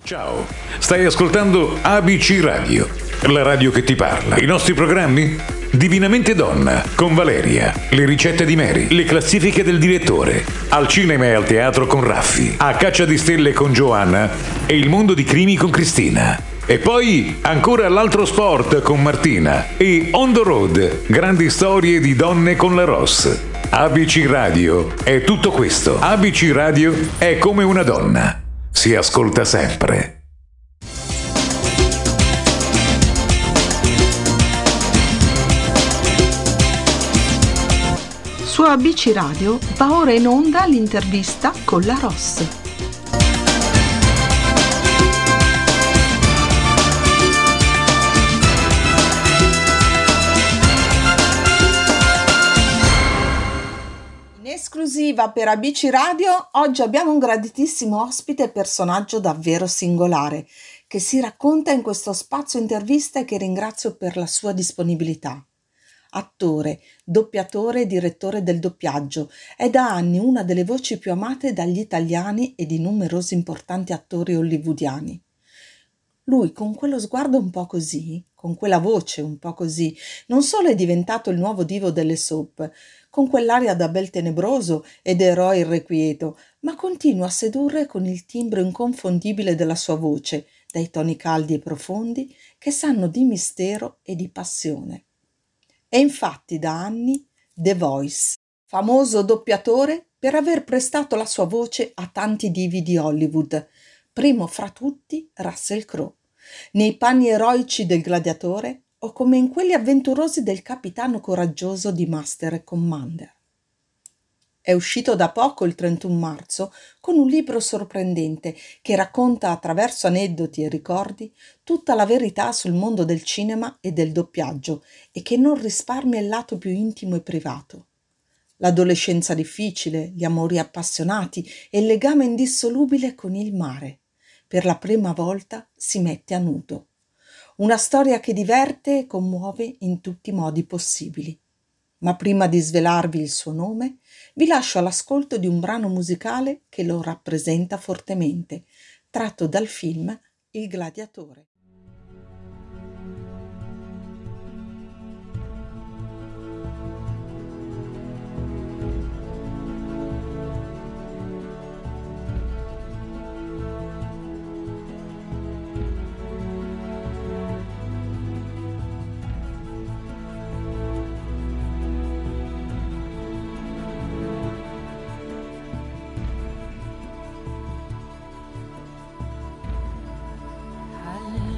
Ciao, stai ascoltando ABC Radio, la radio che ti parla. I nostri programmi? Divinamente Donna, con Valeria, le ricette di Mary, le classifiche del direttore, al cinema e al teatro con Raffi, a caccia di stelle con Giovanna e il mondo di crimi con Cristina. E poi ancora l'altro sport con Martina e On the Road, grandi storie di donne con la Ross. ABC Radio è tutto questo. ABC Radio è come una donna. Si ascolta sempre. Su ABC Radio va ora in onda l'intervista con la Ross. In esclusiva per ABC Radio, oggi abbiamo un graditissimo ospite e personaggio davvero singolare, che si racconta in questo spazio intervista e che ringrazio per la sua disponibilità. Attore, doppiatore e direttore del doppiaggio, è da anni una delle voci più amate dagli italiani e di numerosi importanti attori hollywoodiani. Lui, con quello sguardo un po' così, con quella voce un po' così, non solo è diventato il nuovo divo delle soap, con quell'aria da bel tenebroso ed eroe irrequieto, ma continua a sedurre con il timbro inconfondibile della sua voce, dai toni caldi e profondi che sanno di mistero e di passione. È infatti da anni The Voice, famoso doppiatore per aver prestato la sua voce a tanti divi di Hollywood, primo fra tutti Russell Crowe, nei panni eroici del gladiatore o come in quelli avventurosi del capitano coraggioso di Master e Commander. È uscito da poco, il 31 marzo, con un libro sorprendente che racconta attraverso aneddoti e ricordi tutta la verità sul mondo del cinema e del doppiaggio e che non risparmia il lato più intimo e privato. L'adolescenza difficile, gli amori appassionati e il legame indissolubile con il mare. Per la prima volta si mette a nudo. Una storia che diverte e commuove in tutti i modi possibili. Ma prima di svelarvi il suo nome, vi lascio all'ascolto di un brano musicale che lo rappresenta fortemente, tratto dal film Il gladiatore. I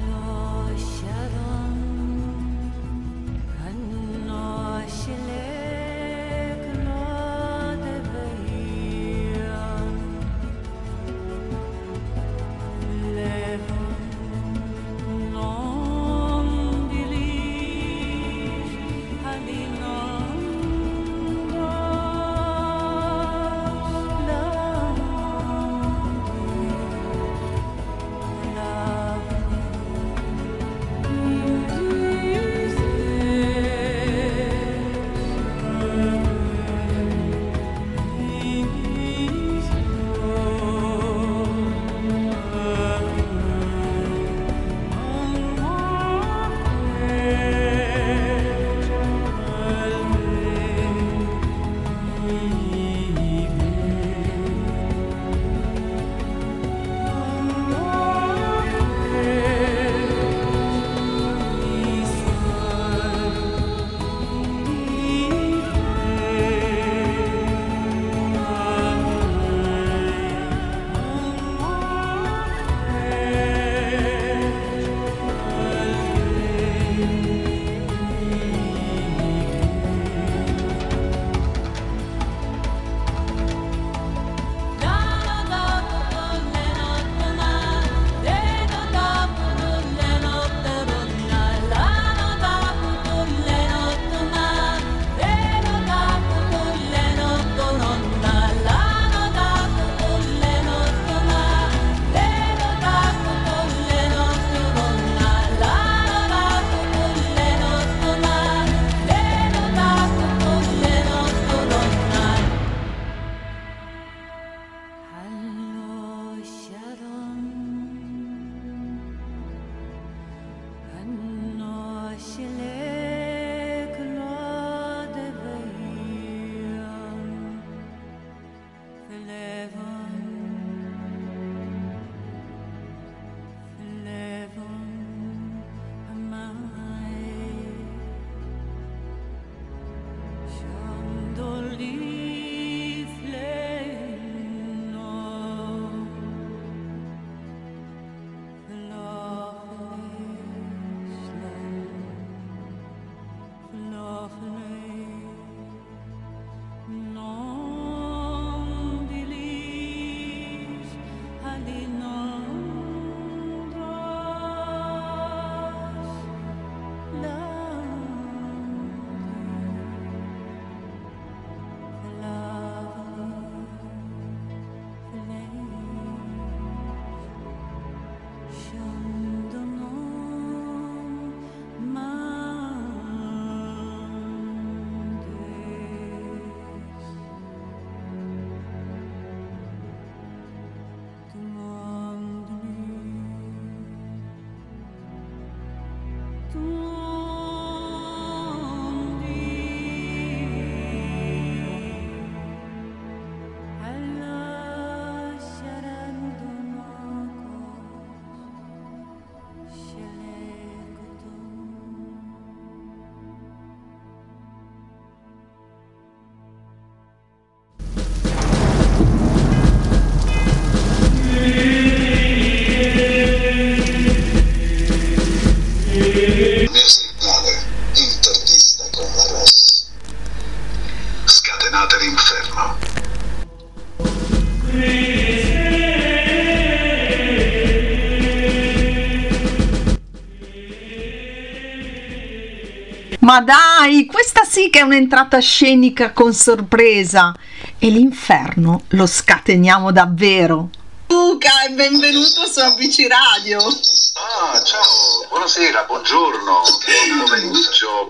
Ma dai, questa sì che è un'entrata scenica con sorpresa. E l'inferno lo scateniamo davvero. Luca, e benvenuto su ABC Radio. Ah, ciao, buonasera, buongiorno, buon pomeriggio,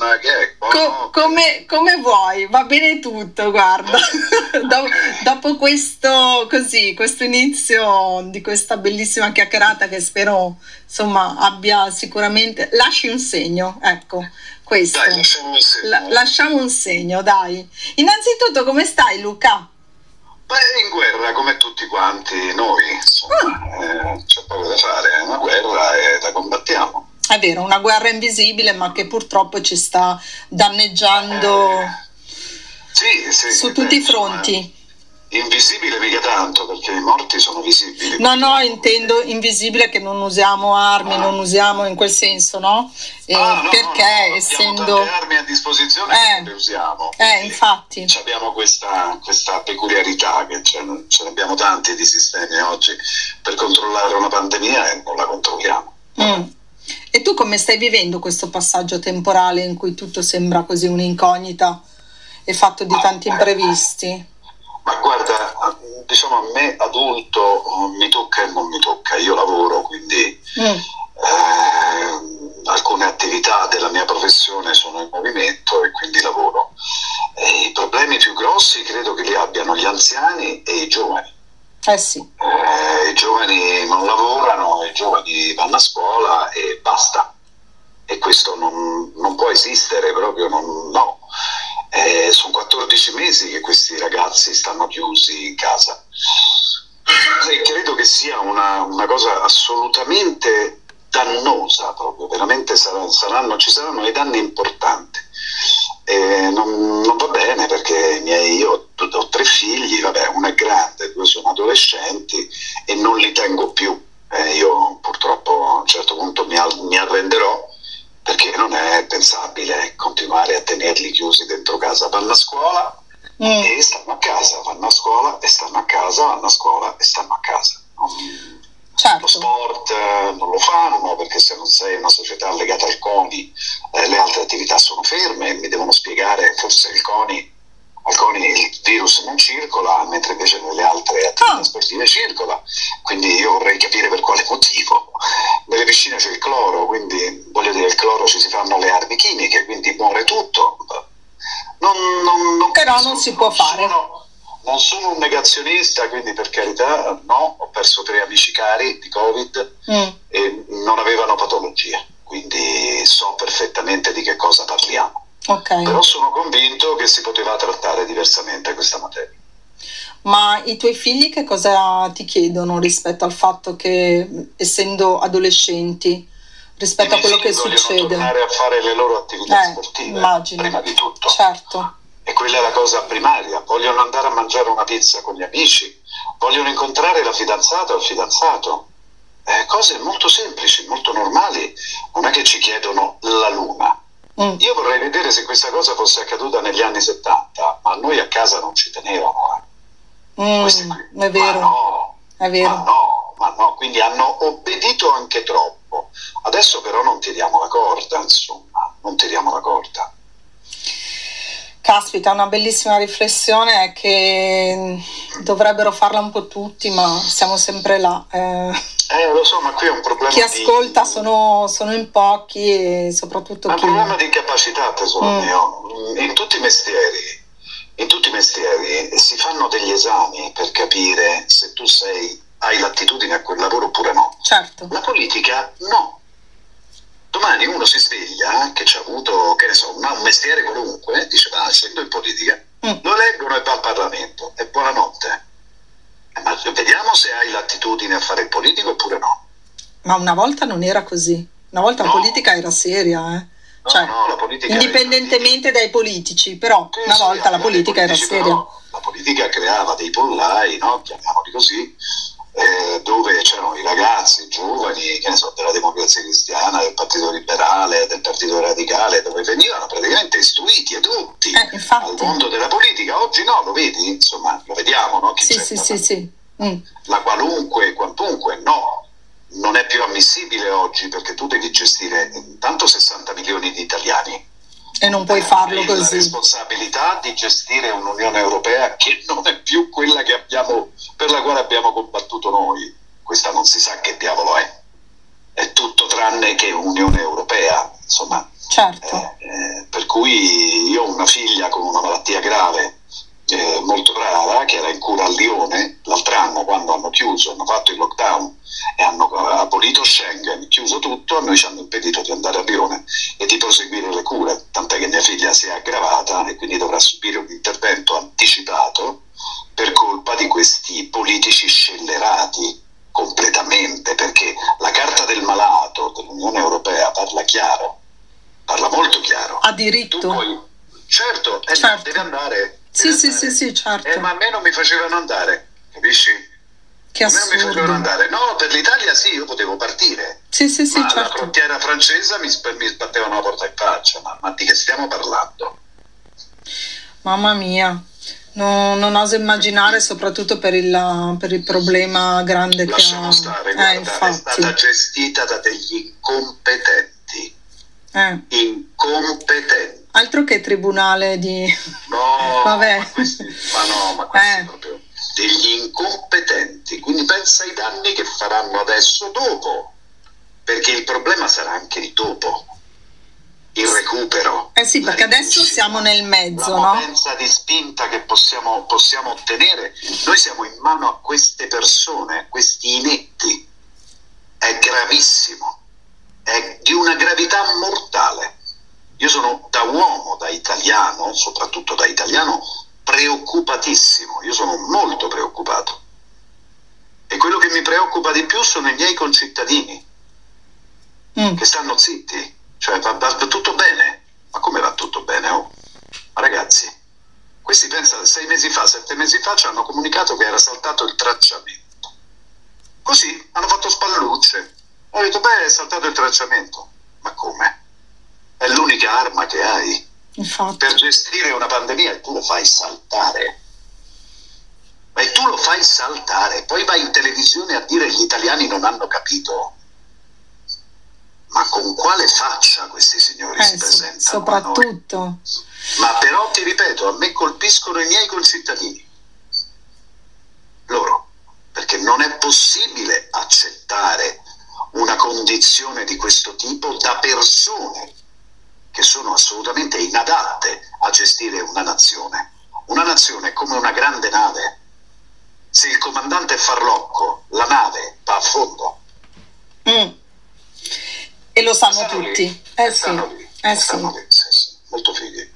come vuoi, va bene tutto, guarda. Dopo questo inizio di questa bellissima chiacchierata che spero, insomma, abbia sicuramente, lasci un segno, ecco, questo. Dai, lasciamo un segno, dai. Innanzitutto, come stai, Luca? Beh, in guerra come tutti quanti noi, insomma, c'è poco da fare, è una guerra e la combattiamo. È vero, una guerra invisibile ma che purtroppo ci sta danneggiando su tutti i fronti. Invisibile mica tanto, perché i morti sono visibili. No, intendo invisibile che non usiamo armi, non usiamo in quel senso, no? Perché essendo tante armi a disposizione le usiamo. Infatti. Abbiamo questa peculiarità che ce ne abbiamo tanti di sistemi oggi per controllare una pandemia e non la controlliamo. E tu come stai vivendo questo passaggio temporale in cui tutto sembra così un'incognita e fatto di tanti imprevisti? Ma guarda, diciamo, a me adulto mi tocca e non mi tocca, io lavoro, quindi alcune attività della mia professione sono in movimento e quindi lavoro. I problemi più grossi credo che li abbiano gli anziani e i giovani. Sì. I giovani non lavorano, i giovani vanno a scuola e basta. E questo non può esistere proprio, no. Sono 14 mesi che questi ragazzi stanno chiusi in casa e credo che sia una cosa assolutamente dannosa, proprio veramente ci saranno dei danni importanti. Non va bene perché io ho 3 figli, vabbè, uno è grande, 2 sono adolescenti e non li tengo più. Io purtroppo a un certo punto mi arrenderò, perché non è pensabile continuare a tenerli chiusi dentro casa. Vanno a scuola e stanno a casa, vanno a scuola e stanno a casa, vanno a scuola e stanno a casa. Certo. Lo sport non lo fanno, perché se non sei una società legata al CONI le altre attività sono ferme e mi devono spiegare, forse al CONI il virus non circola, mentre invece nelle altre attività sportive circola, quindi io vorrei capire per quale motivo. Nelle piscine c'è il cloro, quindi voglio dire, il cloro ci si fanno le armi chimiche, quindi muore tutto. Però non si può fare. Non sono un negazionista, quindi per carità, no, ho perso 3 amici cari di Covid e non avevano patologie, quindi so perfettamente di che cosa parliamo. Okay. Però sono convinto che si poteva trattare diversamente questa materia. Ma i tuoi figli che cosa ti chiedono rispetto al fatto che, essendo adolescenti, rispetto a quello che succede? Vogliono tornare a fare le loro attività sportive, immagino. Prima di tutto. Certo. E quella è la cosa primaria. Vogliono andare a mangiare una pizza con gli amici, vogliono incontrare la fidanzata o il fidanzato. Cose molto semplici, molto normali. Non è che ci chiedono la luna. Io vorrei vedere se questa cosa fosse accaduta negli anni 70, ma a noi a casa non ci tenevano. È vero. È vero. Ma no, quindi hanno obbedito anche troppo. Adesso però non tiriamo la corda, insomma, non tiriamo la corda. Caspita, una bellissima riflessione che dovrebbero farla un po' tutti, ma siamo sempre là. Lo so, ma qui è un problema. Chi ascolta sono in pochi e soprattutto è un problema di capacità, tesoro mio. In tutti i mestieri si fanno degli esami per capire se tu hai l'attitudine a quel lavoro oppure no. Certo. La politica no. Domani uno si sveglia che ci ha avuto, che ne so, un mestiere qualunque, dice essendo in politica, lo eleggono e va al Parlamento e buonanotte. Ma vediamo se hai l'attitudine a fare il politico oppure no. Ma una volta non era così. Una volta la politica era seria, No, la politica indipendentemente dai politici, però una volta la politica era seria. La politica creava dei pollai, no? Chiamiamoli così, dove c'erano i ragazzi, i giovani, che ne so, della Democrazia Cristiana, del Partito Liberale, del Partito Radicale, dove venivano praticamente istruiti edutti al mondo della politica. Oggi no, lo vedi? Insomma, lo vediamo, no? Sì. La qualunque, quantunque, no. Non è più ammissibile oggi, perché tu devi gestire intanto 60 milioni di italiani E non puoi farlo la così. responsabilità di gestire un'Unione Europea che non è più quella che abbiamo, per la quale abbiamo combattuto noi. Questa non si sa che diavolo è tutto tranne che Unione Europea, insomma. Certo. Per cui io ho una figlia con una malattia grave, molto rara, che era in cura a Lione l'altro anno, quando hanno chiuso, hanno fatto il lockdown e hanno abolito Schengen, chiuso tutto. A noi ci hanno impedito di andare a Lione e di proseguire le cure, tant'è che mia figlia si è aggravata e quindi dovrà subire un intervento anticipato per colpa di questi politici scellerati completamente, perché la carta del malato dell'Unione Europea parla chiaro, parla molto chiaro. Ha diritto. Tu puoi, certo. Deve andare. Sì, certo. Ma a me non mi facevano andare, capisci? Che a me non mi assurdo. facevano andare. No, per l'Italia sì, io potevo partire. Sì, ma certo. alla frontiera francese mi sbattevano la porta in faccia. Ma di che stiamo parlando? Mamma mia. Non oso immaginare, soprattutto per il problema grande Lasciamo che ha. stare, guarda, Infatti. è stata gestita da degli incompetenti. Incompetenti. Altro che tribunale di. No, Vabbè. ma questi proprio degli incompetenti. Quindi pensa ai danni che faranno adesso dopo, perché il problema sarà anche il dopo. Il recupero. Sì, perché adesso siamo nel mezzo, la potenza di spinta che possiamo ottenere. Noi siamo in mano a queste persone, questi inetti. È gravissimo, è di una gravità mortale. Io sono, da uomo, da italiano, soprattutto da italiano, preoccupatissimo. Io sono molto preoccupato. E quello che mi preoccupa di più sono i miei concittadini, che stanno zitti. Cioè, va tutto bene? Ma come va tutto bene? Oh? Ma ragazzi, questi pensa 6 mesi fa, 7 mesi fa ci hanno comunicato che era saltato il tracciamento. Così hanno fatto spallucce. Ho detto, è saltato il tracciamento. Ma come? È l'unica arma che hai. Infatti. Per gestire una pandemia, e tu lo fai saltare. E tu lo fai saltare. Poi vai in televisione a dire gli italiani non hanno capito. Ma con quale faccia questi signori si presentano? Soprattutto. Ma però ti ripeto, a me colpiscono i miei concittadini. Loro. Perché non è possibile accettare una condizione di questo tipo da persone che sono assolutamente inadatte a gestire una nazione. Una nazione è come una grande nave. Se il comandante è farlocco, la nave va a fondo. E lo sanno tutti. Stanno lì. Molto fighi.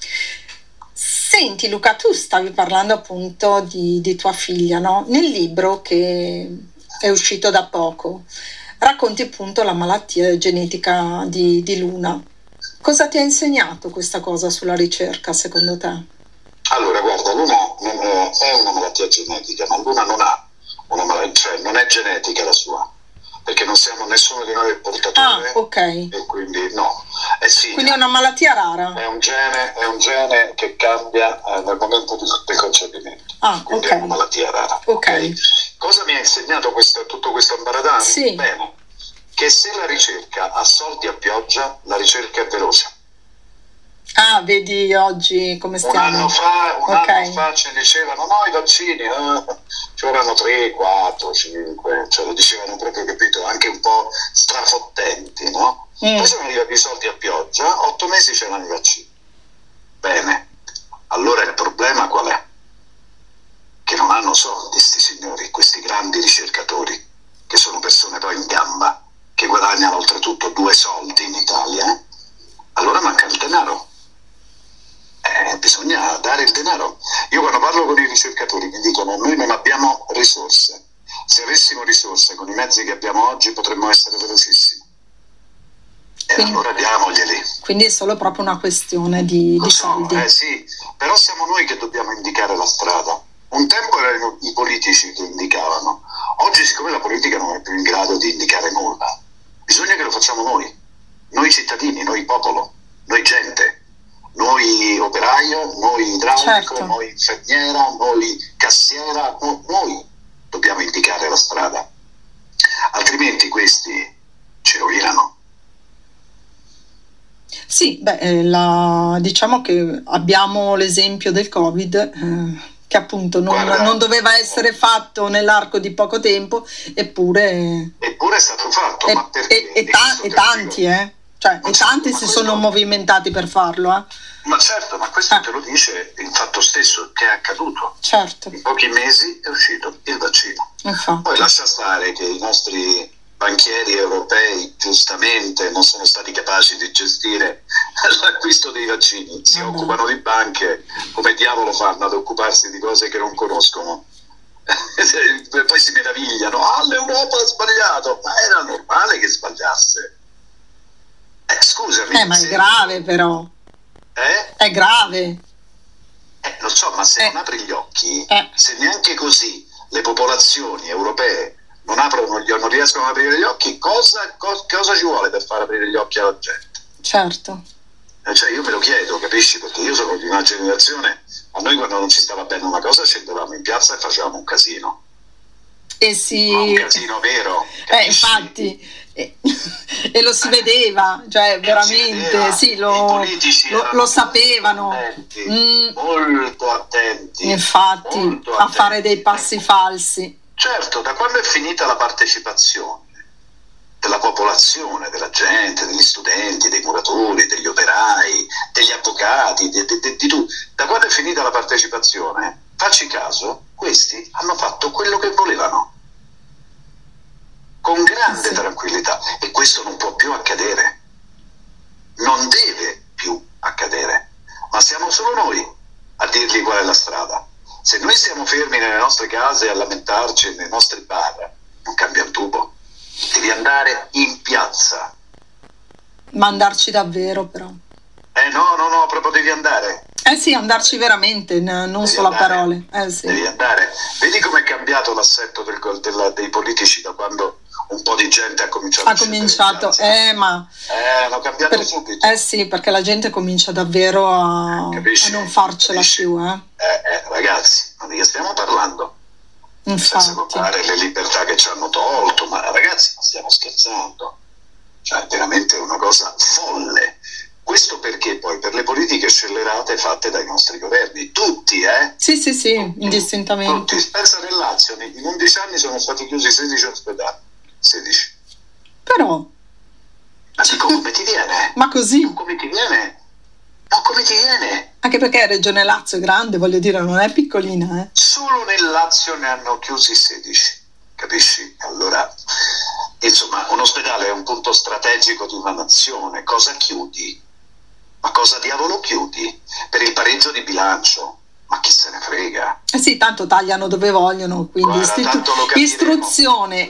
Senti Luca, tu stavi parlando appunto di tua figlia, no? Nel libro che è uscito da poco racconti appunto la malattia genetica di Luna. Cosa ti ha insegnato questa cosa sulla ricerca, secondo te? Allora, guarda, Luna è una malattia genetica, ma Luna non ha una malattia, cioè non è genetica la sua, perché non siamo nessuno di noi il portatore. Ok. E quindi no. Sì, quindi è una malattia rara. È un gene che cambia nel momento del concepimento. Quindi è una malattia rara. Ok. Cosa mi ha insegnato tutto questo ambaradano? Sì. Bene, che se la ricerca ha soldi a pioggia, la ricerca è veloce. Vedi oggi come stiamo. Un anno fa ci dicevano no, i vaccini ci vorranno 3, 4, 5, cioè lo dicevano proprio, capito, anche un po' strafottenti, no? Poi sono arrivati i soldi a pioggia, 8 mesi c'erano i vaccini. Bene, allora il problema qual è? Che non hanno soldi sti signori, questi grandi ricercatori, che sono persone poi in gamba, che guadagnano oltretutto 2 soldi in Italia, allora manca il denaro. Bisogna dare il denaro. Io quando parlo con i ricercatori mi dicono noi non abbiamo risorse. Se avessimo risorse con i mezzi che abbiamo oggi potremmo essere velocissimi. Quindi, allora diamoglieli. Quindi è solo proprio una questione di soldi. Sì, però siamo noi che dobbiamo indicare la strada. Un tempo erano i politici che indicavano. Oggi, siccome la politica non è più in grado di indicare nulla, bisogna che lo facciamo noi cittadini, noi popolo, noi gente. Noi operaio, noi idraulico, certo. Noi infermiera, noi cassiera, noi dobbiamo indicare la strada, altrimenti questi ci rovinano. Sì, diciamo che abbiamo l'esempio del Covid, che appunto non doveva essere fatto nell'arco di poco tempo, eppure è stato fatto, ma perché? E tanti, tanti si sono movimentati per farlo. Ma certo, ma questo te lo dice il fatto stesso che è accaduto. Certo. In pochi mesi è uscito il vaccino. Infatti. Poi lascia stare che i nostri banchieri europei giustamente non sono stati capaci di gestire l'acquisto dei vaccini, si occupano di banche, come diavolo fanno ad occuparsi di cose che non conoscono? Poi si meravigliano, l'Europa ha sbagliato, ma era normale che sbagliasse. Scusami. Ma è grave però. È grave. Lo so, ma se non apri gli occhi, se neanche così le popolazioni europee non riescono ad aprire gli occhi, cosa ci vuole per far aprire gli occhi alla gente? Certo. Cioè io me lo chiedo, capisci? Perché io sono di una generazione, a noi quando non ci stava bene una cosa scendevamo in piazza e facevamo un casino. Ma un casino vero, infatti, e lo si vedeva, cioè veramente, sì, lo sapevano. Molto attenti. Infatti, molto a fare dei passi falsi. Certo, da quando è finita la partecipazione della popolazione, della gente, degli studenti, dei muratori, degli operai, degli avvocati, di tutti, da quando è finita la partecipazione, facci caso, questi hanno fatto quello che volevano, con grande tranquillità, e questo non può più accadere, non deve più accadere, ma siamo solo noi a dirgli qual è la strada. Se noi stiamo fermi nelle nostre case a lamentarci nei nostri bar, non cambia un tubo. Devi andare in piazza. Ma andarci davvero, però. No, proprio devi andare. Sì, andarci veramente, non solo a parole. Sì. Devi andare. Vedi com'è cambiato l'assetto dei politici da quando un po' di gente ha cominciato. Hanno cambiato subito. Sì, perché la gente comincia davvero a non farcela più. Ragazzi, ma di che stiamo parlando? Infatti. Senza contare le libertà che ci hanno tolto, ma ragazzi, non stiamo scherzando. Cioè, è veramente una cosa folle. Questo perché poi per le politiche scellerate fatte dai nostri governi, tutti, Sì, tutti, indistintamente. Tutti. Pensa nel Lazio, in 11 anni sono stati chiusi 16 ospedali. 16. Però. Ma dico, come ti viene? Ma così? Come ti viene? Ma come ti viene? Anche perché Regione Lazio è grande, voglio dire, non è piccolina. Solo nel Lazio ne hanno chiusi 16, capisci? Allora, insomma, un ospedale è un punto strategico di una nazione. Cosa chiudi? Ma cosa diavolo chiudi? Per il pareggio di bilancio? Ma chi se ne frega? Sì, tanto tagliano dove vogliono, quindi istruzione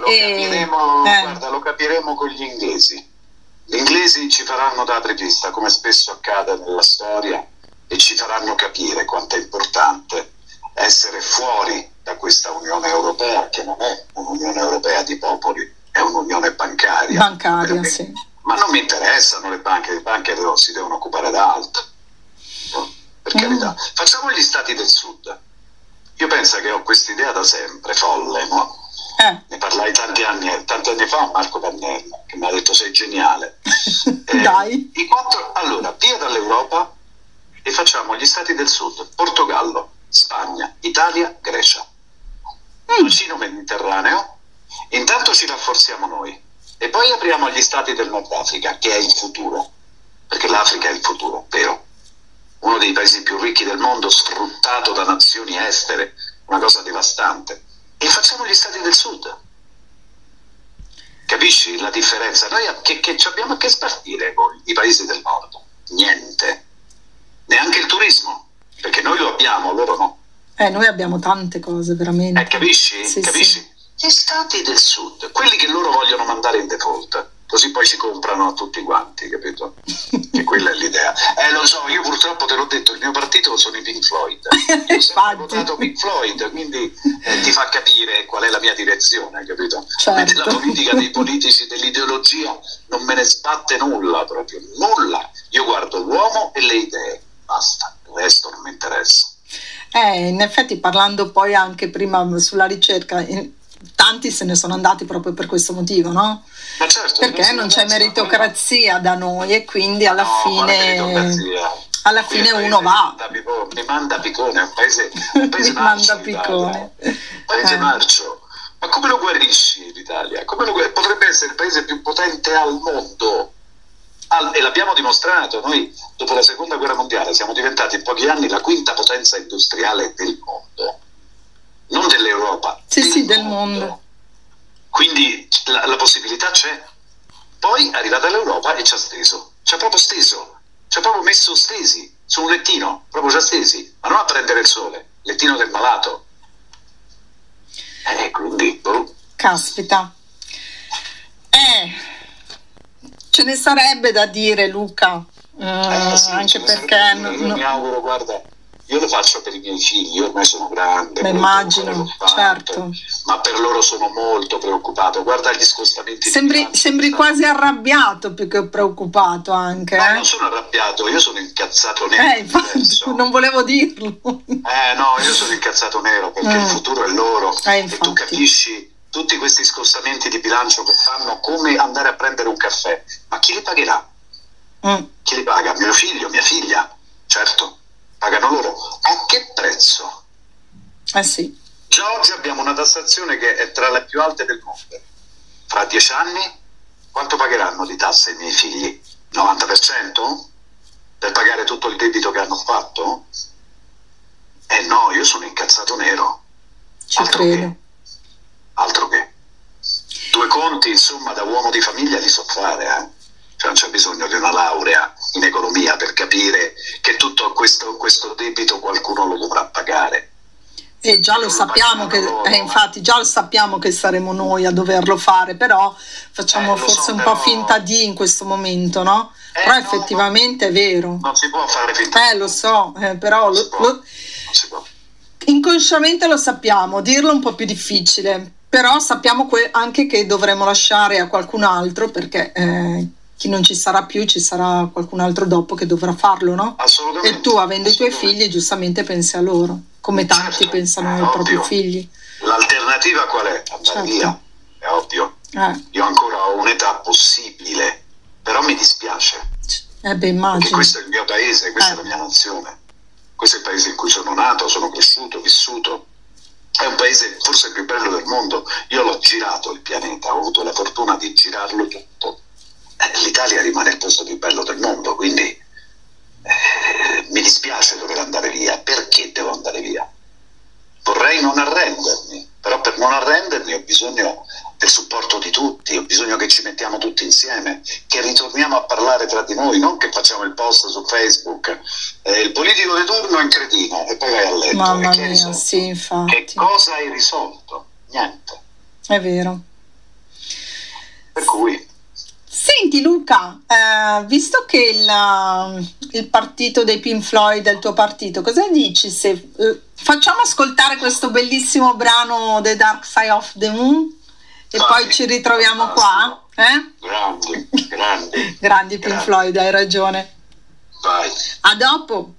lo capiremo con gli inglesi. Gli inglesi ci faranno da apripista, come spesso accade nella storia, e ci faranno capire quanto è importante essere fuori da questa Unione Europea, che non è un'Unione Europea di popoli, è un'unione bancaria. Bancaria, sì. Ma non mi interessano le banche si devono occupare d'altro. Per carità. Facciamo gli stati del sud. Io penso che ho quest'idea da sempre, folle, no? Ne parlai tanti anni fa a Marco Pannella, che mi ha detto sei geniale. Dai. Allora, via dall'Europa e facciamo gli stati del sud: Portogallo, Spagna, Italia, Grecia. Bacino mediterraneo. Intanto ci rafforziamo noi e poi apriamo gli stati del Nord Africa, che è il futuro, perché l'Africa è il futuro, vero? Uno dei paesi più ricchi del mondo, sfruttato da nazioni estere, una cosa devastante. E facciamo gli stati del sud. Capisci la differenza? Noi che abbiamo a che spartire con i paesi del nord? Niente. Neanche il turismo, perché noi lo abbiamo, loro no. Noi abbiamo tante cose, veramente. Capisci? Sì, Capisci? Sì. Gli stati del sud, quelli che loro vogliono mandare in default, così poi si comprano a tutti quanti, capito? Che quella è l'idea. Lo so, io purtroppo te l'ho detto, il mio partito sono i Pink Floyd. Io ho sempre votato Pink Floyd, quindi ti fa capire qual è la mia direzione, capito? Certo. La politica dei politici, dell'ideologia, non me ne sbatte nulla, proprio nulla. Io guardo l'uomo e le idee, basta, il resto non mi interessa. In effetti, parlando poi anche prima sulla ricerca, tanti se ne sono andati proprio per questo motivo, no? Ma certo, perché non c'è meritocrazia da noi e quindi alla fine uno va. Mi manda Piccone, è un paese mi manda Piccone. Un paese marcio. Ma come lo guarisci l'Italia? Potrebbe essere il paese più potente al mondo. E l'abbiamo dimostrato. Noi dopo la seconda guerra mondiale siamo diventati in pochi anni la quinta potenza industriale del mondo, non dell'Europa, del mondo. Quindi la possibilità c'è. Poi è arrivata l'Europa e ci ha proprio messo stesi su un lettino, proprio già stesi, ma non a prendere il sole, lettino del malato. Quindi caspita, ce ne sarebbe da dire, Luca, anche perché mi auguro, guarda, io lo faccio per i miei figli, ormai sono grande, immagino, certo, ma per loro sono molto preoccupato. Guarda gli scostamenti. Sembri quasi arrabbiato più che preoccupato anche. No, non sono arrabbiato, io sono incazzato nero. Infatti, non volevo dirlo. No, io sono incazzato nero perché il futuro è loro. E tu capisci tutti questi scostamenti di bilancio che fanno come andare a prendere un caffè. Ma chi li pagherà? Chi li paga? Mio figlio, mia figlia? Certo. Pagano loro. A che prezzo? Sì. Già oggi abbiamo una tassazione che è tra le più alte del mondo. Fra 10 anni quanto pagheranno di tasse i miei figli? 90%? Per pagare tutto il debito che hanno fatto? No, io sono incazzato nero. Altro che. Due conti, insomma, da uomo di famiglia li so fare, Cioè non c'è bisogno di una laurea in economia per capire che tutto questo debito qualcuno lo dovrà pagare. E già lo sappiamo infatti già lo sappiamo che saremo noi a doverlo fare, però facciamo forse un po' finta di in questo momento, no? Però effettivamente è vero. Non si può fare finta. Lo so, però non si può. Inconsciamente lo sappiamo, dirlo è un po' più difficile, però sappiamo anche che dovremo lasciare a qualcun altro perché chi non ci sarà più, ci sarà qualcun altro dopo che dovrà farlo, no? Assolutamente. E tu, avendo i tuoi figli, giustamente pensi a loro, come tanti pensano ai propri figli. L'alternativa qual è? Andare via, è ovvio. Io ancora ho un'età possibile, però mi dispiace. Immagino. Perché questo è il mio paese, questa è la mia nazione. Questo è il paese in cui sono nato, sono cresciuto, vissuto. È un paese forse il più bello del mondo. Io l'ho girato il pianeta, ho avuto la fortuna di girarlo tutto. L'Italia rimane il posto più bello del mondo, quindi mi dispiace dover andare via. Perché devo andare via? Vorrei non arrendermi, però per non arrendermi ho bisogno del supporto di tutti, ho bisogno che ci mettiamo tutti insieme, che ritorniamo a parlare tra di noi, non che facciamo il post su Facebook, il politico di turno è un cretino e poi vai a letto. Mamma mia, sì, infatti. Che cosa hai risolto? Niente. È vero. Per cui... Senti Luca, visto che il partito dei Pink Floyd è il tuo partito, cosa dici se facciamo ascoltare questo bellissimo brano The Dark Side of the Moon e poi ci ritroviamo qua? Grandi Pink Floyd, hai ragione. Vai. A dopo.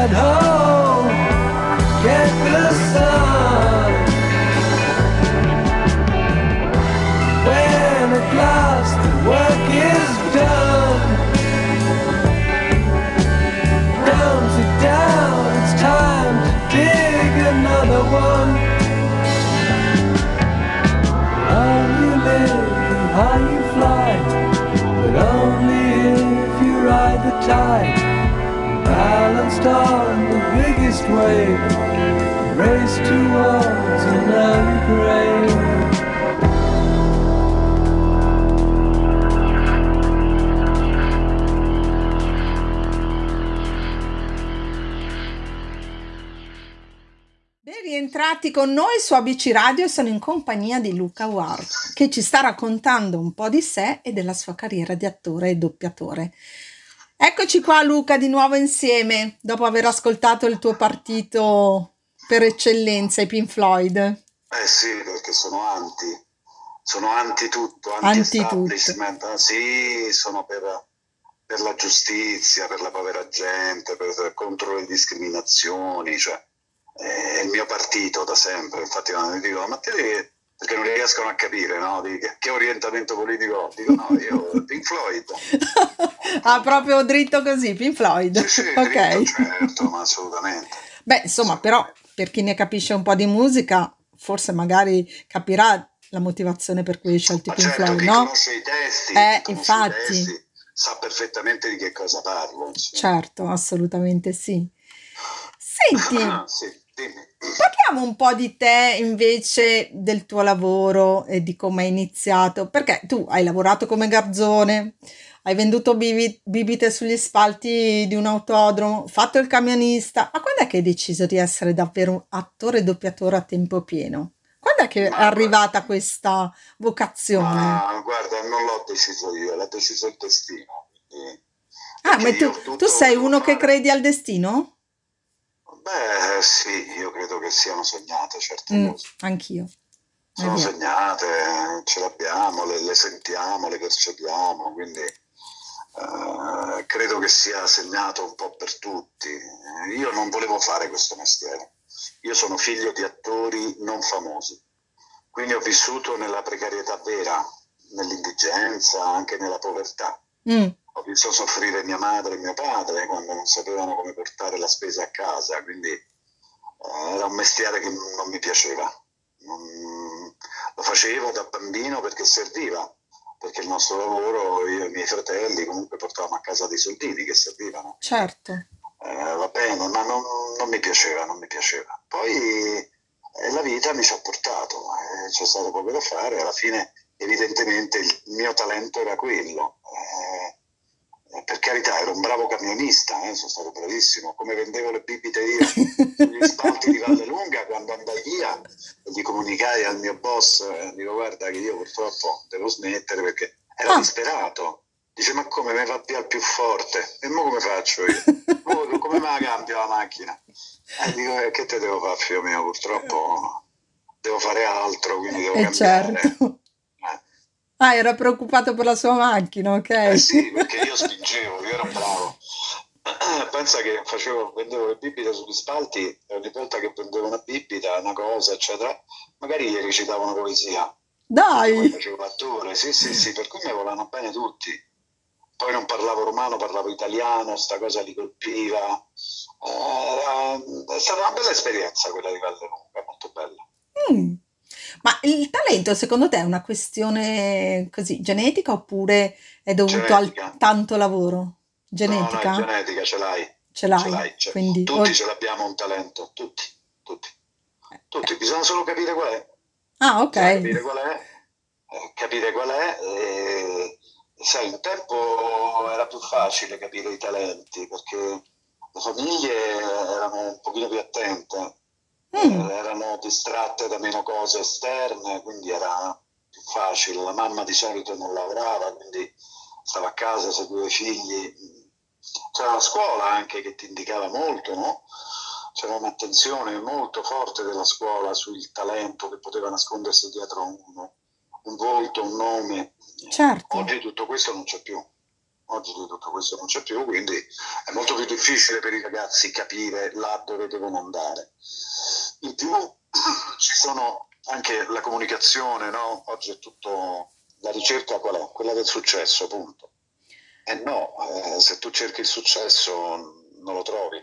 ride home, get the sun. When at last the work is done, dumps it down, it's time to dig another one. How you live and how you fly, but only if you ride the tide. Balanced on the biggest wave, race towards another grave. Ben rientrati con noi su ABC Radio e sono in compagnia di Luca Ward, che ci sta raccontando un po' di sé e della sua carriera di attore e doppiatore. Eccoci qua Luca, di nuovo insieme, dopo aver ascoltato il tuo partito per eccellenza, i Pink Floyd. Sì, perché sono anti tutto, anti-establishment. Sì, sono per la giustizia, per la povera gente, contro le discriminazioni, cioè è il mio partito da sempre. Infatti quando mi dicono ma te perché non riescono a capire, no? Di che orientamento politico ho? Dico no, io Pink Floyd. Ah, proprio dritto così, Pink Floyd. Sì, Ok. dritto, certo, ma assolutamente. Beh, insomma, però per chi ne capisce un po' di musica, forse magari capirà la motivazione per cui hai scelto i Ma Pink certo, Floyd, chi no? conosce i testi, Infatti. Sa perfettamente di che cosa parlo. Insomma. Certo, assolutamente sì. Senti, Sì, dimmi. parliamo un po' di te invece, del tuo lavoro e di come hai iniziato, perché tu hai lavorato come garzone, hai venduto bibite sugli spalti di un autodromo, fatto il camionista, ma quando è che hai deciso di essere davvero un attore e doppiatore a tempo pieno? Quando è che è arrivata questa vocazione? Ma guarda, non l'ho deciso io, l'ha deciso il destino. Ah, ma tu sei uno che credi al destino? Beh, sì, io credo che siano segnate certe cose. Anch'io. Sono segnate, ce le abbiamo, le sentiamo, le percepiamo, quindi credo che sia segnato un po' per tutti. Io non volevo fare questo mestiere. Io sono figlio di attori non famosi, quindi ho vissuto nella precarietà vera, nell'indigenza, anche nella povertà. Ho visto soffrire mia madre e mio padre quando non sapevano come portare la spesa a casa, quindi era un mestiere che non mi piaceva. Lo facevo da bambino perché serviva, perché il nostro lavoro, io e i miei fratelli, comunque portavamo a casa dei soldini che servivano. Certo. Va bene, ma non mi piaceva. Poi la vita mi ci ha portato, c'è stato poco da fare, alla fine evidentemente il mio talento era quello. Per carità, ero un bravo camionista, sono stato bravissimo, come vendevo le bibite io sugli spalti di Vallelunga, quando andai via gli comunicai al mio boss, dico guarda che io purtroppo devo smettere perché era disperato, dice ma come mi va via il più forte, e mo come faccio io? Come me la cambio la macchina? Dico che te devo fare figlio mio, purtroppo devo fare altro, quindi devo cambiare. Certo. Ah, era preoccupato per la sua macchina, ok? Sì, perché io spingevo, io ero bravo. Pensa che vendevo le bibite sugli spalti e ogni volta che vendevo una bibita, una cosa, eccetera, magari gli recitavo una poesia. Dai! Poi facevo l'attore, sì, per cui mi volevano bene tutti. Poi non parlavo romano, parlavo italiano, sta cosa li colpiva. È stata una bella esperienza quella di Vallelunga, molto bella. Ma il talento secondo te è una questione così genetica oppure è dovuto al tanto lavoro? Genetica? No, genetica, ce l'hai. Quindi, tutti ce l'abbiamo un talento, tutti. Bisogna solo capire qual è. Ah, ok. Capire qual è. Sai, un tempo era più facile capire i talenti perché le famiglie erano un pochino più attente. Erano distratte da meno cose esterne, quindi era più facile. La mamma di solito non lavorava, quindi stava a casa, seguiva i figli. C'era la scuola anche che ti indicava molto, no? C'era un'attenzione molto forte della scuola sul talento che poteva nascondersi dietro uno, un volto, un nome. Certo. Oggi tutto questo non c'è più. Oggi di tutto questo non c'è più, quindi è molto più difficile per i ragazzi capire là dove devono andare. In più ci sono anche la comunicazione, no? Oggi è tutto, la ricerca qual è? Quella del successo, punto. E no, se tu cerchi il successo non lo trovi.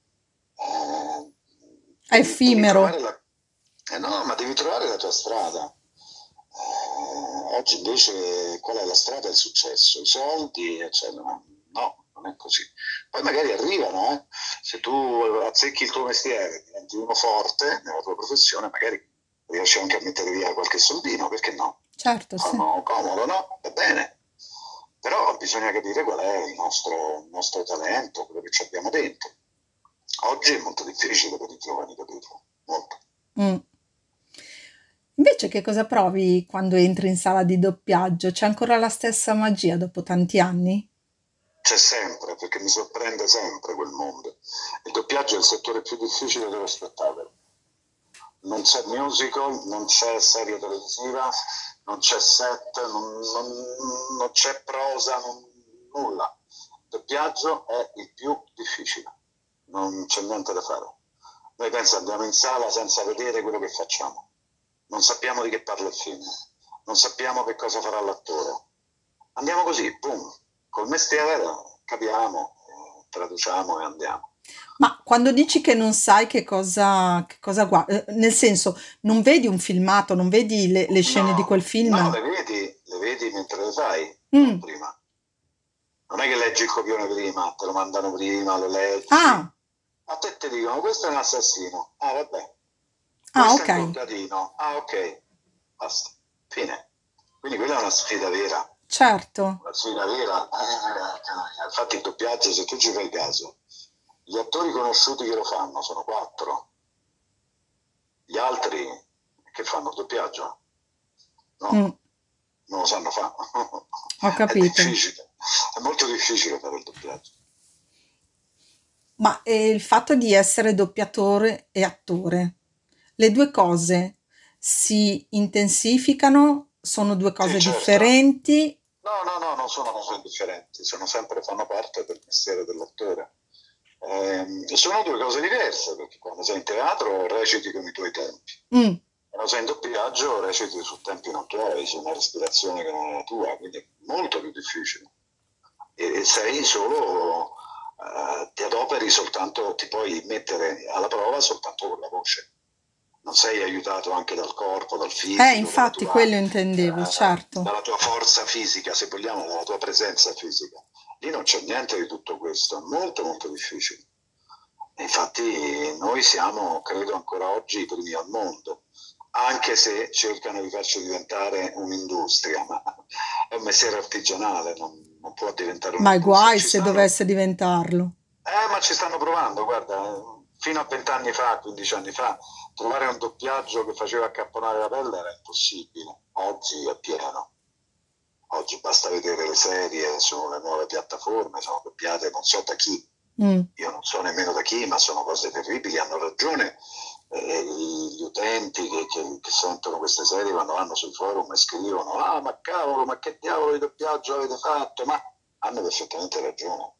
È Devi trovare effimero. no, ma devi trovare la tua strada. Oggi invece qual è la strada del successo? I soldi, eccetera. No, non è così. Poi magari arrivano, se tu azzecchi il tuo mestiere, diventi uno forte nella tua professione, magari riesci anche a mettere via qualche soldino, perché no? Certo, sì. Fanno comodo, no? Va bene. Però bisogna capire qual è il nostro talento, quello che ci abbiamo dentro. Oggi è molto difficile per i giovani capirlo, molto. Mm. Invece che cosa provi quando entri in sala di doppiaggio? C'è ancora la stessa magia dopo tanti anni? C'è sempre, perché mi sorprende sempre quel mondo. Il doppiaggio è il settore più difficile dello spettacolo. Non c'è musical, non c'è serie televisiva, non c'è set, non c'è prosa, nulla. Il doppiaggio è il più difficile, non c'è niente da fare. Noi pensa andiamo in sala senza vedere quello che facciamo, non sappiamo di che parla il film, non sappiamo che cosa farà l'attore. Andiamo così, boom, col mestiere capiamo, traduciamo e andiamo. Ma quando dici che non sai che cosa guardi, nel senso, non vedi un filmato, non vedi le scene di quel film? No, le vedi mentre le fai, non Mm. prima. Non è che leggi il copione prima, te lo mandano prima, lo leggi. Ah, A te ti dicono, questo è un assassino. Ah, vabbè. ah, Questo è ok, un contadino. Ah, ok. Basta. Fine. Quindi quella è una sfida vera. certo. Una sfida vera. Infatti il doppiaggio, se tu ci fai caso, gli attori conosciuti che lo fanno sono 4. Gli altri che fanno il doppiaggio? No, Mm, non lo sanno fare. ho È capito. difficile. È molto difficile fare il doppiaggio. Ma il fatto di essere doppiatore e attore, le due cose si intensificano? Sono due Sì, cose certo. differenti? No, non sono cose differenti, fanno parte del mestiere dell'attore. Sono due cose diverse, perché quando sei in teatro reciti con i tuoi tempi, Mm. quando sei in doppiaggio reciti su tempi non tuoi, su una respirazione che non è la tua, quindi è molto più difficile. E sei solo, ti adoperi soltanto, ti puoi mettere alla prova soltanto con la voce. Non sei aiutato anche dal corpo, dal fisico, Infatti quello intendevo, certo. dalla tua forza fisica, se vogliamo, dalla tua presenza fisica. Lì non c'è niente di tutto questo, è molto molto difficile. E infatti noi siamo, credo ancora oggi, i primi al mondo, anche se cercano di farci diventare un'industria, ma è un mestiere artigianale, non può diventare Ma un'industria. guai se dovesse diventarlo. Ma ci stanno provando, guarda, fino a 20 anni fa, 15 anni fa, trovare un doppiaggio che faceva accapponare la pelle era impossibile. Oggi è pieno. Oggi basta vedere le serie sulle nuove piattaforme, sono doppiate non so da chi. Mm. Io non so nemmeno da chi, ma sono cose terribili. Hanno ragione gli utenti che sentono queste serie quando vanno sui forum e scrivono: ah, ma cavolo, ma che diavolo di doppiaggio avete fatto? Ma hanno perfettamente ragione,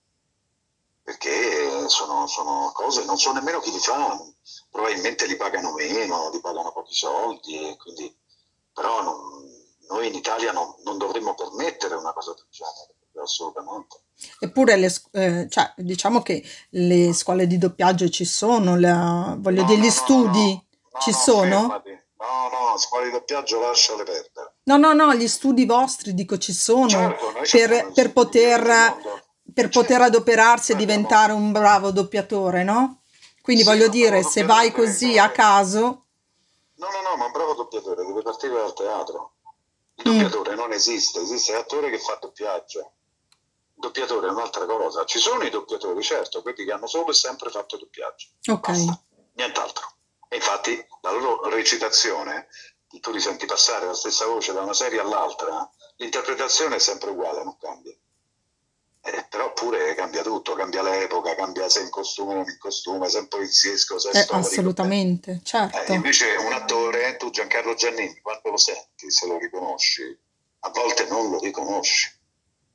perché sono cose, non so nemmeno chi li fa, probabilmente li pagano meno, li pagano pochi soldi, e quindi, però noi in Italia non dovremmo permettere una cosa del genere, assolutamente. Eppure cioè, diciamo che le scuole di doppiaggio ci sono, voglio dire, gli studi ci No, sono? fermati. No, scuole di doppiaggio lasciale perdere. No, no, no, gli studi vostri, dico, ci sono Certo, noi abbiamo gli per studi migliori del poter, mondo. per poter Certo, adoperarsi e noi abbiamo, diventare un bravo doppiatore, no? Quindi sì, voglio ma un bravo dire, se vai doppiatore così a caso, no, ma un bravo doppiatore deve partire dal teatro. Il mm, doppiatore non esiste, esiste l'attore che fa doppiaggio. Il doppiatore è un'altra cosa. Ci sono i doppiatori, certo, quelli che hanno solo e sempre fatto doppiaggio. ok. Basta, nient'altro. E infatti la loro recitazione, tu li senti passare la stessa voce da una serie all'altra, l'interpretazione è sempre uguale, non cambia. Però pure cambia tutto, cambia l'epoca, cambia se in costume o non in costume, se è poliziesco, se è storico. Assolutamente, certo. Invece un attore, tu Giancarlo Giannini, quando lo senti, se lo riconosci, a volte non lo riconosci.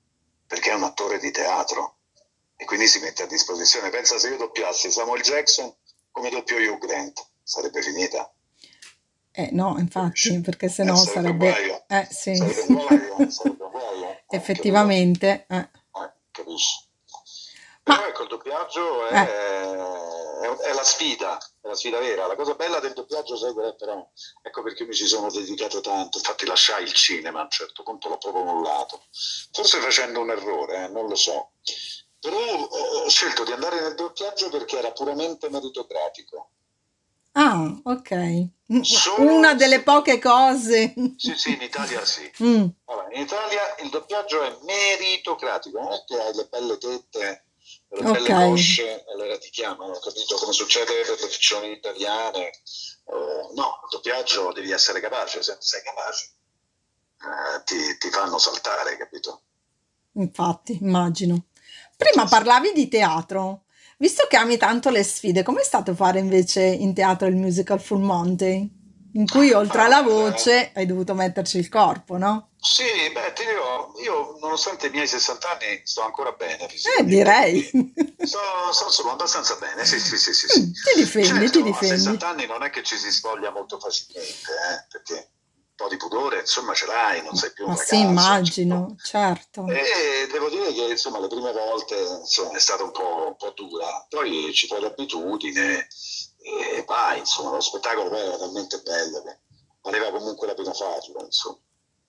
perché è un attore di teatro e quindi si mette a disposizione. Pensa se io doppiassi Samuel Jackson come doppio Hugh Grant, sarebbe finita. No, infatti, Capisci? perché sennò Sarebbe un sarebbe... guaio, Sì, sarebbe un guaio, sarebbe un guaio, capito? effettivamente. Capisci? Ma, Però ecco, il doppiaggio eh, è la sfida vera. La cosa bella del doppiaggio, sai qual è però? Ecco perché mi ci sono dedicato tanto, infatti lasciai il cinema a un certo punto, l'ho proprio mollato, forse facendo un errore, non lo so. Però ho scelto di andare nel doppiaggio perché era puramente meritocratico. ok. Una Solo delle se... poche cose. Sì, in Italia sì. Mm, Allora, in Italia il doppiaggio è meritocratico, non è che hai le belle tette, le ok. belle cosce, allora ti chiamano, capito? Come succede per le ficzioni italiane. No, il doppiaggio devi essere capace, se non sei capace ti fanno saltare, capito? Infatti, immagino. Prima parlavi di teatro. Visto che ami tanto le sfide, com'è stato fare invece in teatro il musical Full Monty? In cui oltre alla Guarda, voce hai dovuto metterci il corpo, no? sì, beh, ti dirò, io nonostante i miei 60 anni sto ancora bene fisicamente, Direi. quindi sono abbastanza bene, sì. Ti difendi, ti Certo, a difendi. 60 anni non è che ci si spoglia molto facilmente, perché un po' di pudore, insomma, ce l'hai, non sei più un Ma sì, ragazzo, insomma. immagino, certo. E devo dire che, insomma, le prime volte, insomma, è stata un po' dura, poi ci fai l'abitudine e vai, insomma, lo spettacolo poi era talmente bello che valeva comunque la pena farlo, insomma.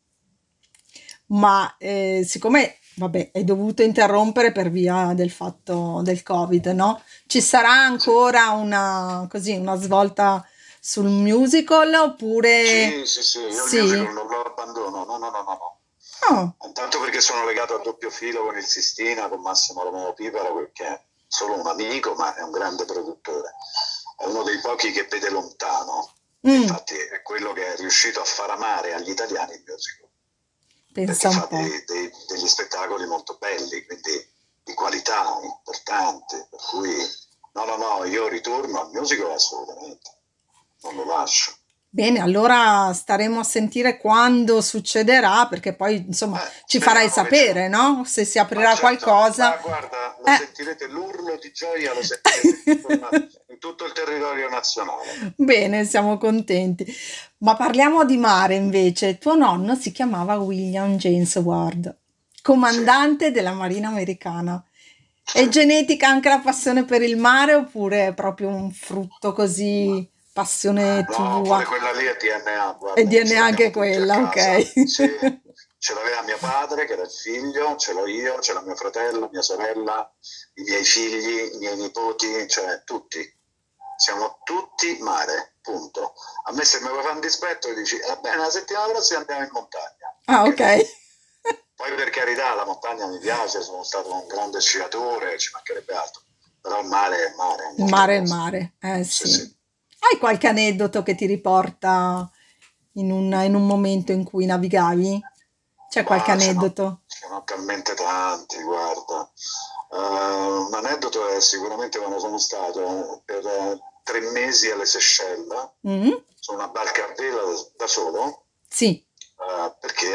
Ma siccome, vabbè, hai dovuto interrompere per via del fatto del Covid, no? Ci sarà Sì. ancora così, una svolta sul musical oppure Sì, io il sì? musical non lo abbandono, no. Oh, Intanto perché sono legato a doppio filo con il Sistina, con Massimo Romeo Piparo, perché è solo un amico, ma è un grande produttore. È uno dei pochi che vede lontano, mm, infatti è quello che è riuscito a far amare agli italiani il musical, perché pensa un fa po'. degli spettacoli molto belli, quindi di qualità importante, per cui no, io ritorno al musical assolutamente, non lo lascio. Bene, allora staremo a sentire quando succederà, perché poi, insomma, ci farai Speriamo che ce sapere, lo... no? Se si Ma aprirà certo, qualcosa. ma guarda, lo Eh. sentirete, l'urlo di gioia lo sentirete in tutto il territorio nazionale. Bene, siamo contenti. Ma parliamo di mare invece. Tuo nonno si chiamava William James Ward, Sì, comandante della Marina americana. È sì. genetica anche la passione per il mare oppure è proprio un frutto così, passione No, pure tua? quella lì è DNA, E guarda, ce DNA anche l'abbiamo tutti a quella, casa. Sì, ok. ce l'aveva mio padre, che era il figlio, ce l'ho io, ce l'ha mio fratello, mia sorella, i miei figli, i miei nipoti, cioè tutti. Siamo tutti mare, punto. A me se mi vuoi fare un dispetto dici, bene, la settimana prossima andiamo in montagna. Ah, ok. Ok. Poi per carità, la montagna mi piace, sono stato un grande sciatore, ci mancherebbe altro. Però il mare è mare, è Il un'altra mare è il cosa. mare, eh Sì, sì. sì. Hai qualche aneddoto che ti riporta in un momento in cui navigavi? C'è qualche Ma aneddoto? ce n'ho talmente tanti, guarda. Un aneddoto è sicuramente quando sono stato per 3 mesi alle Seychelles Mm? su una barca a vela da solo, Sì. perché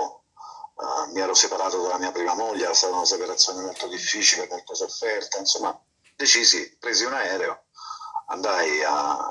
mi ero separato dalla mia prima moglie, era stata una separazione molto difficile, molto sofferta, insomma, presi un aereo, andai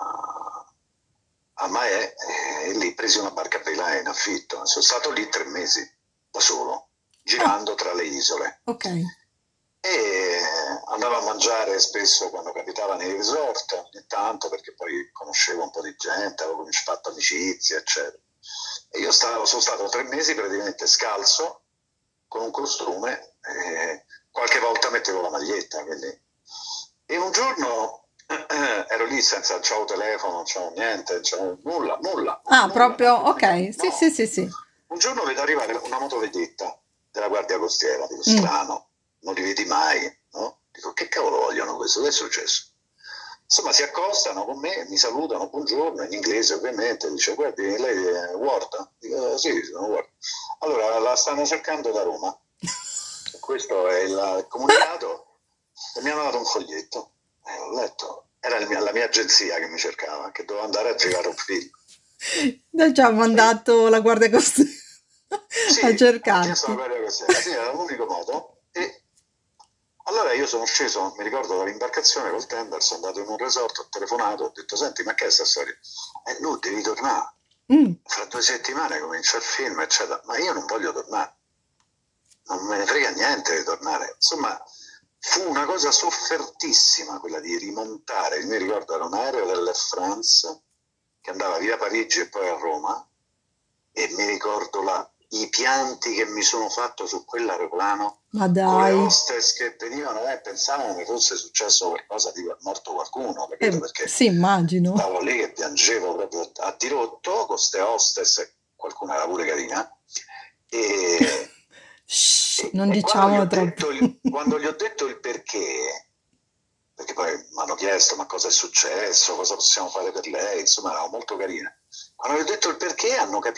a Mahé e lì presi una barca a vela in affitto. Sono stato lì 3 mesi da solo, Ah, girando tra le isole. ok. E andavo a mangiare spesso quando capitava nei resort, ogni tanto, perché poi conoscevo un po' di gente, avevo fatto amicizie, eccetera. E io sono stato 3 mesi praticamente scalzo, con un costume, e qualche volta mettevo la maglietta, quindi. E un giorno ero lì senza, non c'avevo telefono, non c'avevo niente, non c'avevo nulla, Ah, proprio, neanche uniforme, ok. Sì, sì, no. sì, sì. Un giorno vedo arrivare una motovedetta della Guardia Costiera, dico Mm. strano, non li vedi mai, no? Dico che cavolo vogliono questo, che è successo? Insomma si accostano con me, mi salutano, buongiorno, in inglese ovviamente, dice guardi lei è Ward? Dico sì, sono Ward. Allora la stanno cercando da Roma, questo è il comunicato e mi hanno dato un foglietto. Ho letto, era la mia agenzia che mi cercava, che dovevo andare a girare un film. Noi ci ha E mandato la Guardia Costiera. Sì, a ha chiesto cercarti. la guardia costiera, sì, era l'unico modo. E allora io sono sceso, mi ricordo, dall'imbarcazione col tender, sono andato in un resort, ho telefonato, ho detto, senti, ma che è questa storia? No, devi tornare. Mm, Fra 2 settimane comincia il film, eccetera. Ma io non voglio tornare, non me ne frega niente di tornare. Insomma, fu una cosa soffertissima quella di rimontare. Mi ricordo era un aereo dell'Air France che andava via Parigi e poi a Roma, e mi ricordo i pianti che mi sono fatto su quell'aeroplano ma con le dai. hostess che venivano e pensavano che fosse successo qualcosa, di morto qualcuno, capito? Perché Sì, immagino. stavo lì che piangevo proprio a dirotto con queste hostess, qualcuna era pure carina, e, Shh, non e diciamolo troppo. quando gli ho detto il perché poi mi hanno chiesto ma cosa è successo, cosa possiamo fare per lei, insomma erano molto carine. Quando gli ho detto il perché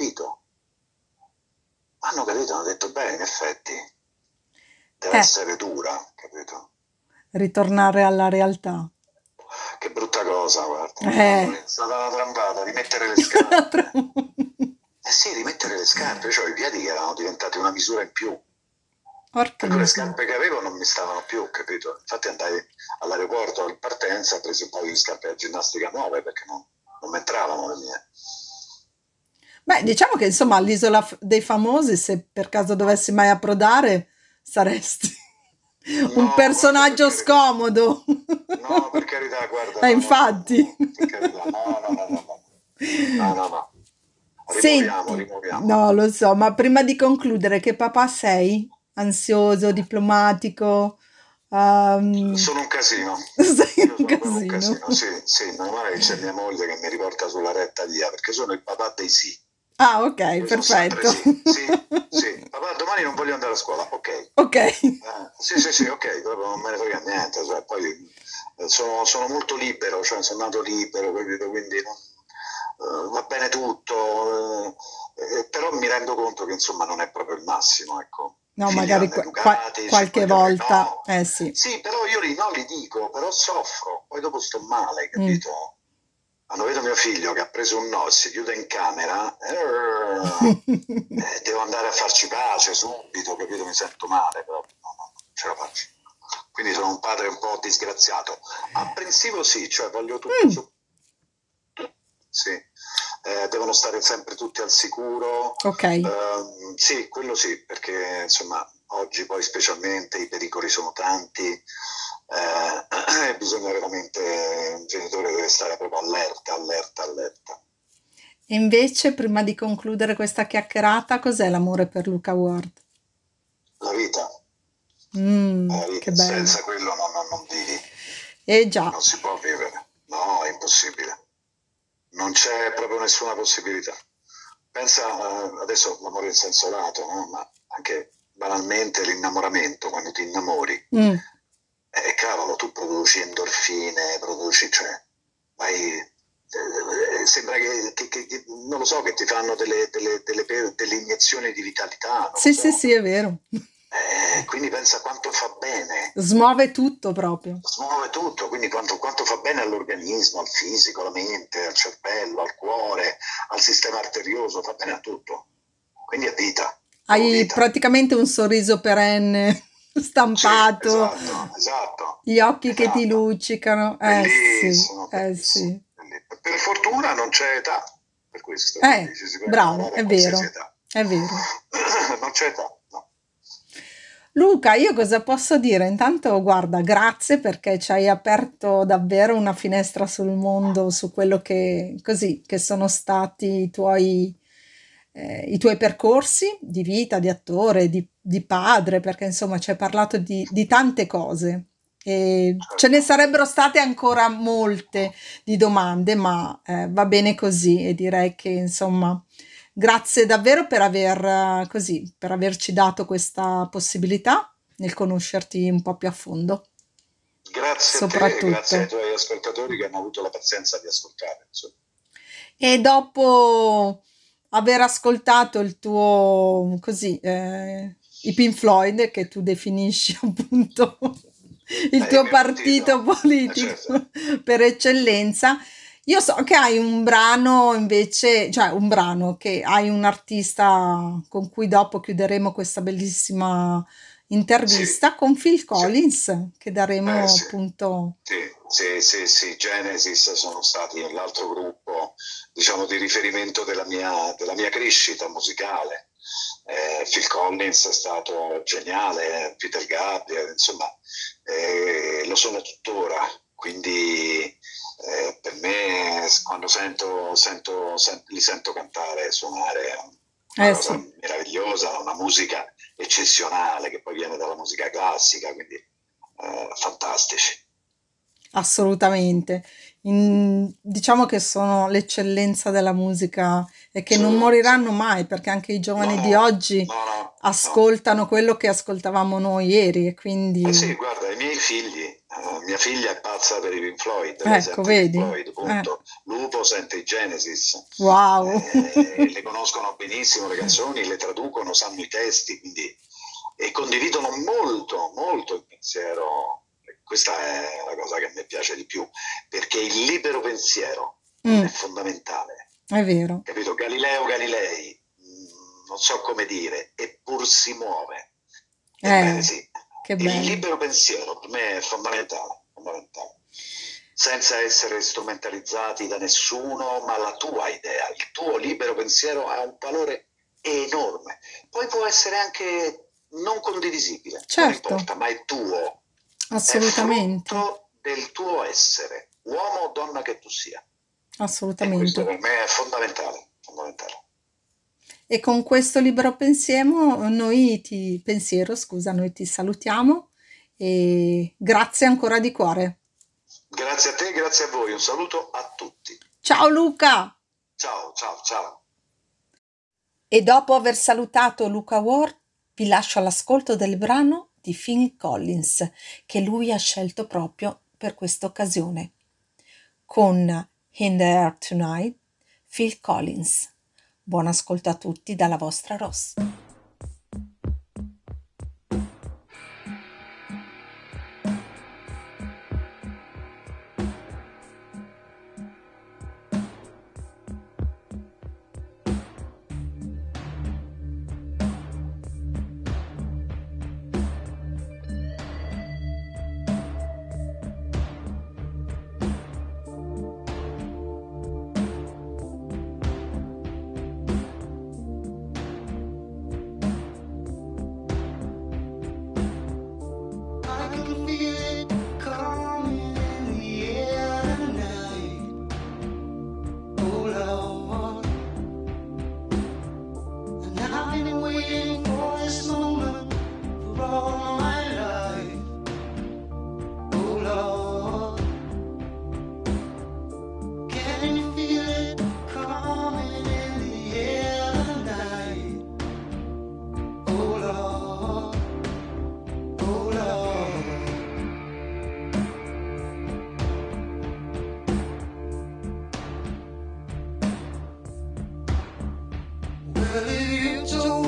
hanno detto beh, in effetti deve Eh, essere dura, capito? ritornare alla realtà. Che brutta cosa, guarda, mamma Eh. mia, è stata una trampata, rimettere le scarpe. Eh sì, rimettere le scarpe, cioè i piedi che erano diventati una misura in più. Porca Per cui le miseria. scarpe che avevo non mi stavano più, capito? Infatti andai all'aeroporto in partenza, presi un paio di scarpe da ginnastica nuove perché non mi entravano le mie. Beh, diciamo che insomma all'Isola dei Famosi, se per caso dovessi mai approdare, saresti un No, guarda, per personaggio carità. scomodo. No, per carità, guarda, no, no, no, no, Infatti. no, per carità, no, no, no, no, no, no, no, no. Rimuoviamo, Senti, rimuoviamo. no, lo so, ma prima di concludere, che papà sei? Ansioso, diplomatico? Ehm, Sono un casino. sei Io un sono proprio un casino. casino, sì, sì, meno male che c'è mia moglie che mi riporta sulla retta via, perché sono il papà dei sì. Ah, ok, Io sono sempre perfetto. sì, sì, sì. Papà, domani non voglio andare a scuola, ok. Ok. Sì, sì, sì, ok, proprio non me ne frega niente, cioè, poi sono molto libero, cioè sono nato libero, capito? Quindi va bene tutto, però mi rendo conto che insomma non è proprio il massimo, ecco. I No, figli magari vanno educati, ci qualche voglio credere, volta, no, eh sì. sì, però io no, li dico, però soffro, poi dopo sto male, Mm. capito? Quando vedo mio figlio che ha preso un no, si chiude in camera, devo andare a farci pace subito, capito? Mi sento male, però non ce la faccio. Quindi sono un padre un po' disgraziato. Apprensivo sì, cioè voglio tutto Mm, su. Sì, devono stare sempre tutti al sicuro. ok. Sì, quello sì, perché insomma oggi poi specialmente i pericoli sono tanti, bisogna veramente, un genitore deve stare proprio allerta, allerta, allerta. E invece, prima di concludere questa chiacchierata, cos'è l'amore per Luca Ward? La vita, la Che vita, bello. senza quello non vivi, Eh già, non si può vivere, no, è impossibile, non c'è proprio nessuna possibilità. Pensa, adesso l'amore in senso lato, no? Ma anche banalmente l'innamoramento, quando ti innamori, mm, cavolo, tu produci endorfine, produci, cioè, vai, sembra non lo so, che ti fanno delle iniezioni di vitalità, non lo sì, sì, so. sì, è vero. Quindi pensa quanto fa bene, Smuove tutto proprio. smuove tutto, quindi quanto fa bene all'organismo, al fisico, alla mente, al cervello, al cuore, al sistema arterioso, fa bene a tutto. Quindi è vita, proprio Hai vita. praticamente un sorriso perenne Sì, stampato, esatto, esatto, gli occhi che ti esatto. luccicano. Eh sì, Bellissimo, eh bellissimo, sì. bellissimo. Per fortuna non c'è età per questo, quindi ci si può Bravo, innamorare a è qualsiasi vero, età. è vero. Non c'è età, no. Luca, io cosa posso dire? Intanto, guarda, grazie perché ci hai aperto davvero una finestra sul mondo, su quello che, così, che sono stati i tuoi percorsi di vita, di attore, di padre, perché insomma ci hai parlato di tante cose. E ce ne Certo. sarebbero state ancora molte di domande, ma va bene così e direi che insomma grazie davvero per così, per averci dato questa possibilità nel conoscerti un po' più a fondo, Grazie a te e grazie ai soprattutto. tuoi ascoltatori che hanno avuto la pazienza di ascoltare. Insomma. E dopo aver ascoltato il tuo, così, i Pink Floyd, che tu definisci appunto il Il tuo mio partito, partito certo. politico per eccellenza, Io so che hai un brano invece, cioè un brano che hai un artista con cui dopo chiuderemo questa bellissima Sì, intervista con Phil sì, Collins, che daremo sì. appunto. Sì, sì, sì, sì, Genesis sono stati l'altro gruppo, diciamo, di riferimento della mia crescita musicale. Phil Collins è stato geniale, Peter Gabriel, insomma, lo sono tuttora. Quindi per me, quando li sento cantare e suonare, è una Eh cosa sì. meravigliosa, una musica eccezionale che poi viene dalla musica classica, quindi fantastici. Assolutamente. Diciamo che sono l'eccellenza della musica e che Sì, non sì. moriranno mai, perché anche i No, giovani di oggi no, no, no. ascoltano quello che ascoltavamo noi ieri e Eh sì, quindi guarda, i miei figli, mia figlia è pazza per i Pink Floyd, lei ecco, sente i Pink vedi? Floyd, punto. Lupo sente i Genesis, Wow. le conoscono benissimo le canzoni, le traducono, sanno i testi, quindi e condividono molto, molto il pensiero. Questa è la cosa che a me piace di più, perché il libero pensiero è Mm, fondamentale. è vero. Capito? Galileo Galilei, non so come dire, eppur si muove. Ebbene Eh, sì, che il bello. libero pensiero per me è fondamentale, fondamentale. Senza essere strumentalizzati da nessuno, ma la tua idea, il tuo libero pensiero ha un valore enorme. Poi può essere anche non condivisibile, non Certo, importa, ma è tuo, è assolutamente, frutto del tuo essere, uomo o donna che tu sia. E questo assolutamente. per me è fondamentale, fondamentale. E con questo libero pensiero, scusa, noi ti salutiamo e grazie ancora di cuore. Grazie a te, grazie a voi, un saluto a tutti. Ciao Luca! Ciao, ciao, ciao. E dopo aver salutato Luca Ward, vi lascio all'ascolto del brano di Phil Collins, che lui ha scelto proprio per questa occasione. Con In the Air Tonight, Phil Collins. Buon ascolto a tutti dalla vostra Ross. Well, if you told